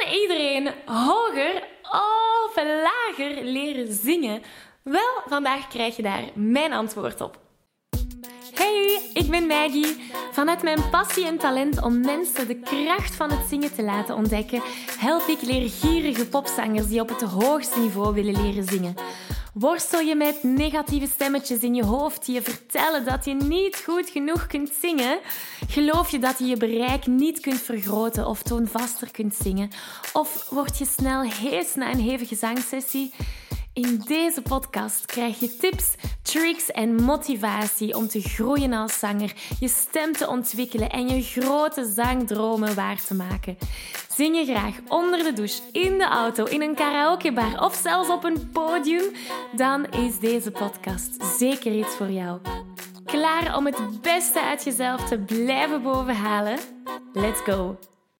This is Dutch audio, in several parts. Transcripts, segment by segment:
Kan iedereen hoger of lager leren zingen? Wel, vandaag krijg je daar mijn antwoord op. Hey, ik ben Maggie. Vanuit mijn passie en talent om mensen de kracht van het zingen te laten ontdekken, help ik leergierige popzangers die op het hoogste niveau willen leren zingen. Worstel je met negatieve stemmetjes in je hoofd die je vertellen dat je niet goed genoeg kunt zingen? Geloof je dat je je bereik niet kunt vergroten of toonvaster kunt zingen? Of word je snel hees na een hevige zangsessie? In deze podcast krijg je tips, tricks en motivatie om te groeien als zanger, je stem te ontwikkelen en je grote zangdromen waar te maken. Zing je graag onder de douche, in de auto, in een karaokebar of zelfs op een podium? Dan is deze podcast zeker iets voor jou. Klaar om het beste uit jezelf te blijven bovenhalen? Let's go!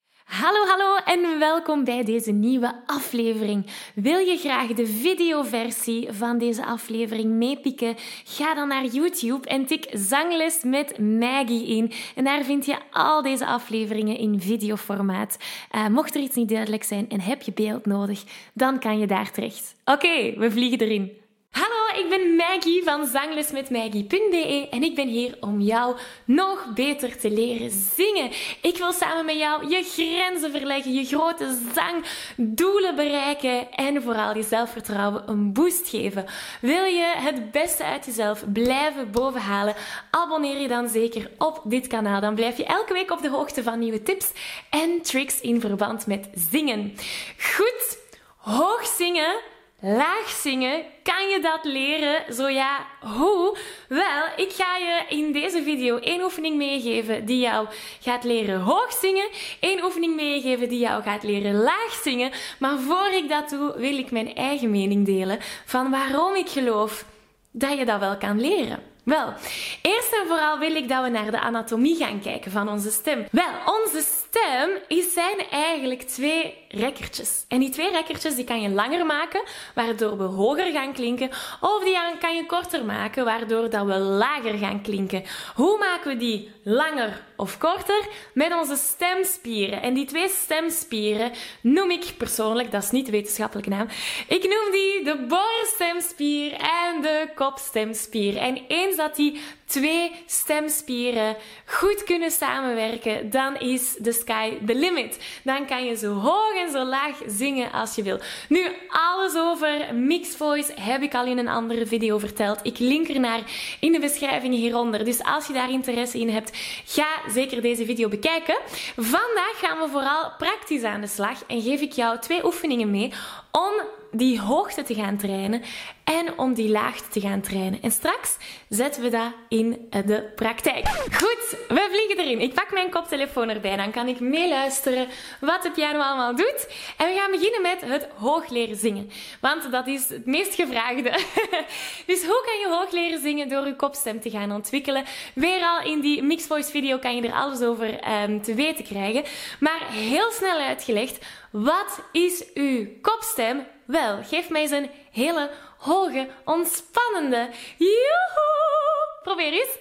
Hallo en welkom bij deze nieuwe aflevering. Wil je graag de videoversie van deze aflevering meepikken? Ga dan naar YouTube en tik Zangles met Maggie in. En daar vind je al deze afleveringen in videoformaat. Mocht er iets niet duidelijk zijn en heb je beeld nodig, dan kan je daar terecht. Oké, we vliegen erin. Hallo, ik ben Maggie van zanglesmetmaggie.be en ik ben hier om jou nog beter te leren zingen. Ik wil samen met jou je grenzen verleggen, je grote zangdoelen bereiken en vooral je zelfvertrouwen een boost geven. Wil je het beste uit jezelf blijven bovenhalen? Abonneer je dan zeker op dit kanaal. Dan blijf je elke week op de hoogte van nieuwe tips en tricks in verband met zingen. Goed, hoog zingen. Laag zingen, kan je dat leren? Zo ja, hoe? Wel, ik ga je in deze video 1 oefening meegeven die jou gaat leren hoog zingen. 1 oefening meegeven die jou gaat leren laag zingen. Maar voor ik dat doe, wil ik mijn eigen mening delen van waarom ik geloof dat je dat wel kan leren. Wel, eerst en vooral wil ik dat we naar de anatomie gaan kijken van onze stem. Wel, onze stem zijn eigenlijk 2 rekkertjes. En die 2 rekkertjes die kan je langer maken, waardoor we hoger gaan klinken. Of die kan je korter maken, waardoor dat we lager gaan klinken. Hoe maken we die langer of korter? Met onze stemspieren. En die 2 stemspieren noem ik persoonlijk, dat is niet de wetenschappelijke naam, ik noem die de borststemspier en de kopstemspier. En eens dat die 2 stemspieren goed kunnen samenwerken, dan is the sky the limit. Dan kan je zo hoog en zo laag zingen als je wil. Nu, alles over mixed voice heb ik al in een andere video verteld. Ik link ernaar in de beschrijving hieronder. Dus als je daar interesse in hebt, ga zeker deze video bekijken. Vandaag gaan we vooral praktisch aan de slag en geef ik jou 2 oefeningen mee om die hoogte te gaan trainen en om die laagte te gaan trainen. En straks zetten we dat in de praktijk. Goed, we vliegen erin. Ik pak mijn koptelefoon erbij, dan kan ik meeluisteren wat de piano allemaal doet. En we gaan beginnen met het hoog leren zingen. Want dat is het meest gevraagde. Dus hoe kan je hoog leren zingen? Door je kopstem te gaan ontwikkelen. Weer al in die mixed voice video kan je er alles over te weten krijgen. Maar heel snel uitgelegd, wat is uw kopstem? Wel, geef mij eens een hele hoge, ontspannende joehoe. Probeer eens.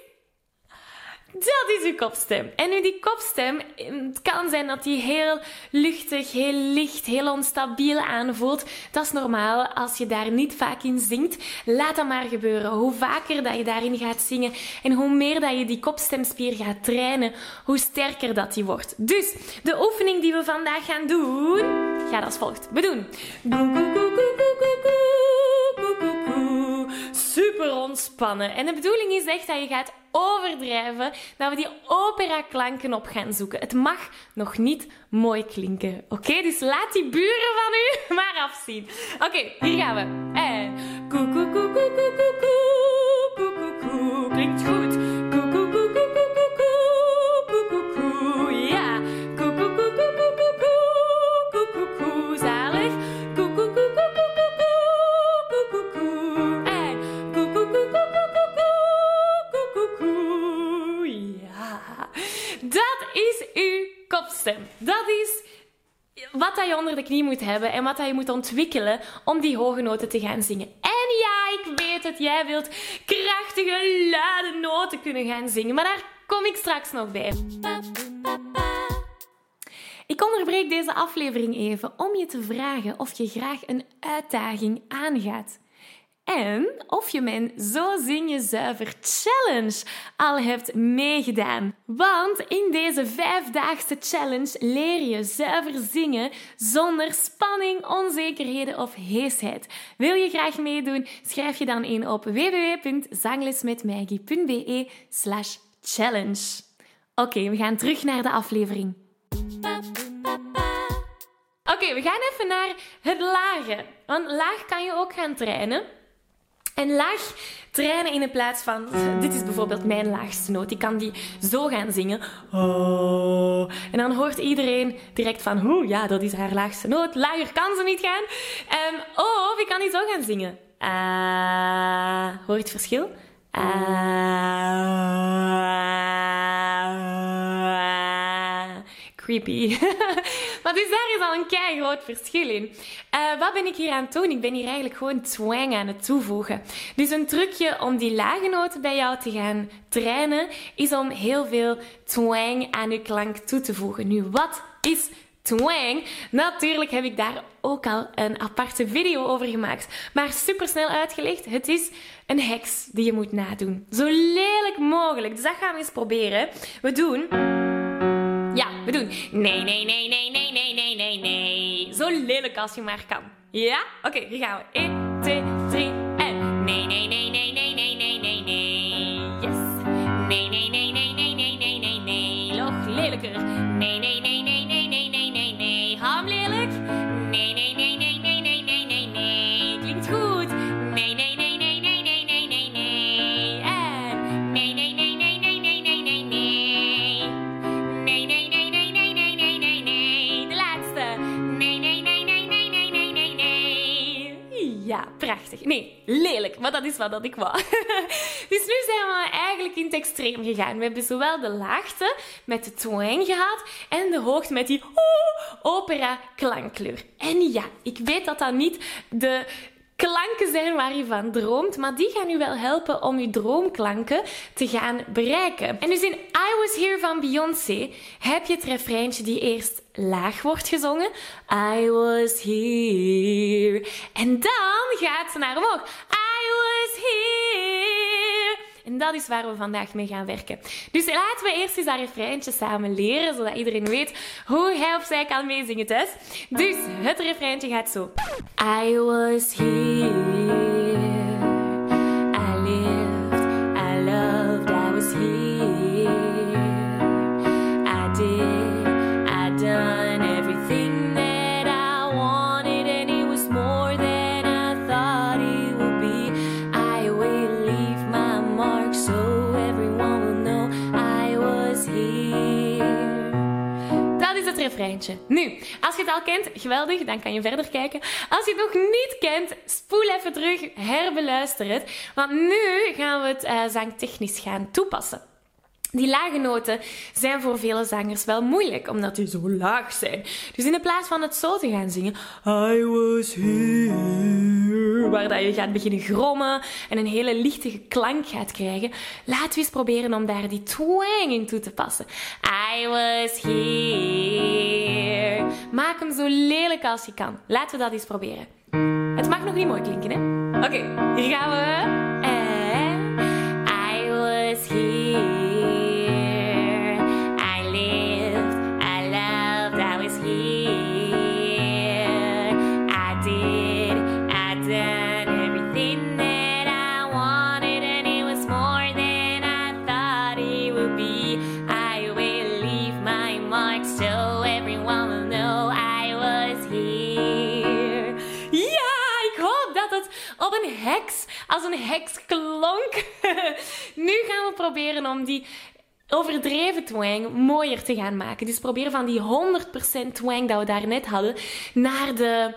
Dat is uw kopstem. En nu die kopstem, het kan zijn dat die heel luchtig, heel licht, heel onstabiel aanvoelt. Dat is normaal als je daar niet vaak in zingt. Laat dat maar gebeuren. Hoe vaker dat je daarin gaat zingen en hoe meer dat je die kopstemspier gaat trainen, hoe sterker dat die wordt. Dus, de oefening die we vandaag gaan doen, gaat als volgt. We doen super ontspannen. En de bedoeling is echt dat je gaat overdrijven, dat we die opera-klanken op gaan zoeken. Het mag nog niet mooi klinken. Oké, dus laat die buren van u maar afzien. Oké, hier gaan we. En koe, koe, koe, koe, koe, koe, koe, koe, koe, koe. Klinkt goed. Koe, koe, koe, koe, koe, koe, koe, koe, koe, koe. Ja. Koe, koe, koe, koe, koe, koe, koe, koe, koe, koe. Zalig. Koe, koe, koe, koe, koe, koe, koe, koe, koe, koe. En koe, koe, koe, koe, koe, koe, koe, koe, koe. Ja. Dat is uw kopstem. Dat is wat dat je onder de knie moet hebben en wat dat je moet ontwikkelen om die hoge noten te gaan zingen. En ja, ik weet het, jij wilt krachtige, luide noten kunnen gaan zingen, maar daar kom ik straks nog bij. Ik onderbreek deze aflevering even om je te vragen of je graag een uitdaging aangaat. En of je mijn Zo Zing Je Zuiver Challenge al hebt meegedaan. Want in deze 5-daagse challenge leer je zuiver zingen zonder spanning, onzekerheden of heesheid. Wil je graag meedoen? Schrijf je dan in op www.zanglesmetmaggie.be/challenge. Oké, we gaan terug naar de aflevering. Oké, we gaan even naar het lage. Want laag kan je ook gaan trainen. En laag trainen in de plaats van... Dit is bijvoorbeeld mijn laagste noot. Ik kan die zo gaan zingen. Oh. En dan hoort iedereen direct van... ja, dat is haar laagste noot. Lager kan ze niet gaan. Of ik kan die zo gaan zingen. Hoor je het verschil? Creepy. Maar dus daar is al een keigroot verschil in. Wat ben ik hier aan het doen? Ik ben hier eigenlijk gewoon twang aan het toevoegen. Dus een trucje om die lage noten bij jou te gaan trainen, is om heel veel twang aan je klank toe te voegen. Nu, wat is twang? Natuurlijk heb ik daar ook al een aparte video over gemaakt. Maar supersnel uitgelegd, het is een heks die je moet nadoen. Zo lelijk mogelijk. Dus dat gaan we eens proberen. We doen... nee, nee, nee, nee, nee, nee, nee, nee, nee. Zo lelijk als je maar kan. Ja? Oké, hier gaan we. 1, 2, 3 en... Nee, nee, nee, nee, nee, nee, nee, nee, nee. Yes. Nee, nee, nee, nee, nee, nee, nee, nee, nee. Nog lelijker. Nee, nee, nee, nee, nee, nee, nee, nee, nee. Hou hem lelijk. Nee, nee, nee, nee, nee, nee, nee, nee, nee. Klinkt goed. Nee, nee, nee, nee, nee, nee, nee, nee, nee. En... Nee, nee, nee, nee, nee, nee, nee, nee, nee. Nee, nee, nee, nee, nee, nee, nee, nee, nee. De laatste. Nee, nee, nee, nee, nee, nee, nee, nee, nee. Ja, prachtig. Nee, lelijk, maar dat is wat ik wou. Dus nu zijn we eigenlijk in het extreem gegaan. We hebben zowel de laagte met de twang gehad en de hoogte met die opera klankkleur. En ja, ik weet dat dat niet de klanken zijn waar je van droomt, maar die gaan u wel helpen om uw droomklanken te gaan bereiken. En dus in I Was Here van Beyoncé heb je het refreintje die eerst laag wordt gezongen. I was here. En dan gaat ze naar omhoog. I was here. En dat is waar we vandaag mee gaan werken. Dus laten we eerst eens dat refreintje samen leren, zodat iedereen weet hoe hij of zij kan meezingen thuis. Dus het refreintje gaat zo. I was here. I lived. I loved. I was here. I did. I done everything that I wanted, and it was more than I thought it would be. I will leave my mark so everyone will know I was here. Dat is het refreintje. Nu, als je het al kent, geweldig, dan kan je verder kijken. Als je het nog niet kent, spoel even terug, herbeluister het. Want nu gaan we het zangtechnisch gaan toepassen. Die lage noten zijn voor vele zangers wel moeilijk, omdat die zo laag zijn. Dus in de plaats van het zo te gaan zingen, I was here, waar dat je gaat beginnen grommen en een hele lichte klank gaat krijgen, laten we eens proberen om daar die twang in toe te passen. I was here. Maak hem zo lelijk als je kan. Laten we dat eens proberen. Het mag nog niet mooi klinken, hè? Oké, hier gaan we. I was here. Als een heks klonk. Nu gaan we proberen om die overdreven twang mooier te gaan maken. Dus proberen van die 100% twang dat we daarnet hadden naar de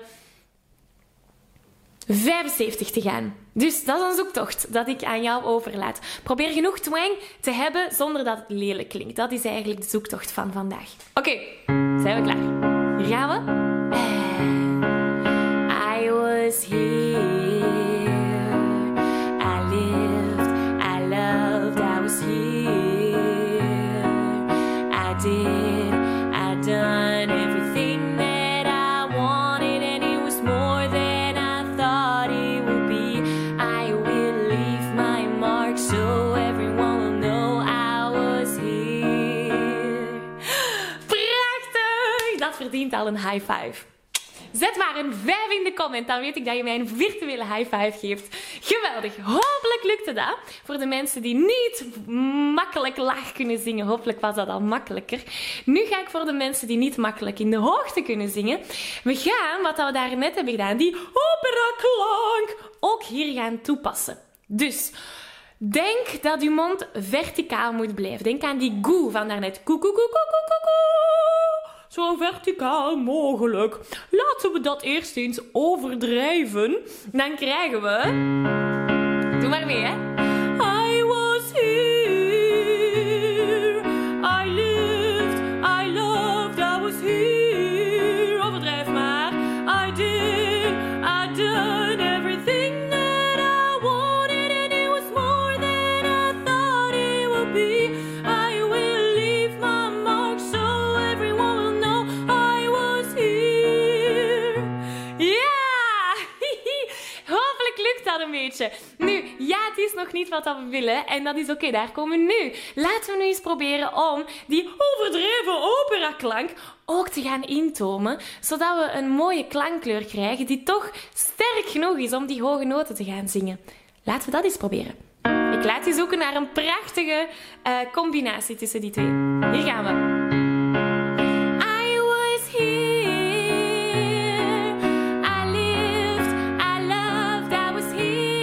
75 te gaan. Dus dat is een zoektocht dat ik aan jou overlaat. Probeer genoeg twang te hebben zonder dat het lelijk klinkt. Dat is eigenlijk de zoektocht van vandaag. Oké, zijn we klaar? Hier gaan we. I was here. Did I done verdient al een high five. Zet maar een 5 in de comment, dan weet ik dat je mij een virtuele high five geeft. Geweldig, hopelijk lukte dat. Voor de mensen die niet makkelijk laag kunnen zingen, hopelijk was dat al makkelijker. Nu ga ik voor de mensen die niet makkelijk in de hoogte kunnen zingen. We gaan, wat we daarnet hebben gedaan, die operaklank ook hier gaan toepassen. Dus denk dat je mond verticaal moet blijven. Denk aan die goe van daarnet. Koe, koe, koe, koe, koe, koe, koe. Zo verticaal mogelijk. Laten we dat eerst eens overdrijven. Dan krijgen we... Doe maar mee, hè. I was here. I lived. I loved. I was here. Overdrijf maar. I did. I done everything that I wanted. And it was more than I thought it would be. I will leave my mark so everyone will know I was here. Ja! Hopelijk lukt dat een beetje. Nu, ja, het is nog niet wat we willen. En dat is oké, daar komen we nu. Laten we nu eens proberen om die overdreven operaklank ook te gaan intomen. Zodat we een mooie klankkleur krijgen die toch sterk genoeg is om die hoge noten te gaan zingen. Laten we dat eens proberen. Ik laat je zoeken naar een prachtige combinatie tussen die twee. Hier gaan we. I was here. I lived. I loved. I was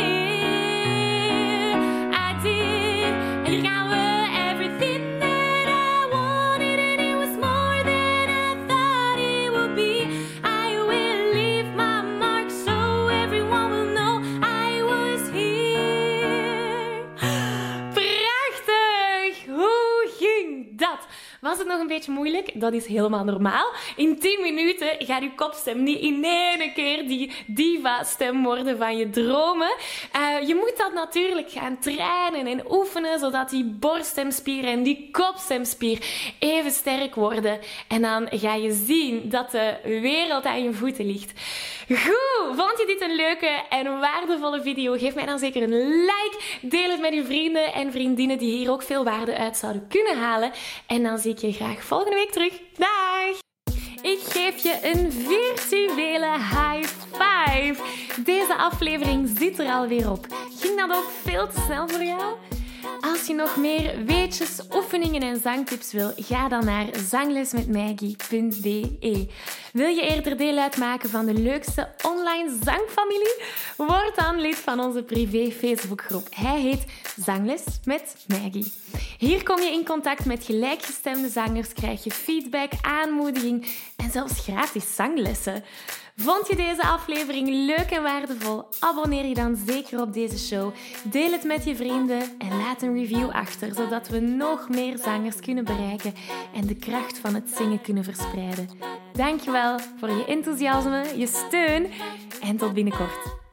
here. I did. En hier gaan we. Everything that I wanted and it was more than I thought it would be. I will leave my mark so everyone will know I was here. Prachtig! Hoe ging dat? Was het nog een beetje moeilijk? Dat is helemaal normaal. In 10 minuten gaat je kopstem niet in één keer die diva-stem worden van je dromen. Je moet dat natuurlijk gaan trainen en oefenen, zodat die borststemspier en die kopstemspier even sterk worden. En dan ga je zien dat de wereld aan je voeten ligt. Goed, vond je dit een leuke en waardevolle video? Geef mij dan zeker een like. Deel het met je vrienden en vriendinnen die hier ook veel waarde uit zouden kunnen halen. En dan zie ik je graag volgende week terug. Dag! Ik geef je een virtuele high five. Deze aflevering zit er alweer op. Ging dat ook veel te snel voor jou? Als je nog meer weetjes, oefeningen en zangtips wil, ga dan naar zanglesmetmaggie.be. Wil je eerder deel uitmaken van de leukste online zangfamilie? Word dan lid van onze privé Facebookgroep. Hij heet Zangles met Maggie. Hier kom je in contact met gelijkgestemde zangers, krijg je feedback, aanmoediging en zelfs gratis zanglessen. Vond je deze aflevering leuk en waardevol? Abonneer je dan zeker op deze show. Deel het met je vrienden en laat een review achter, zodat we nog meer zangers kunnen bereiken en de kracht van het zingen kunnen verspreiden. Dankjewel voor je enthousiasme, je steun en tot binnenkort.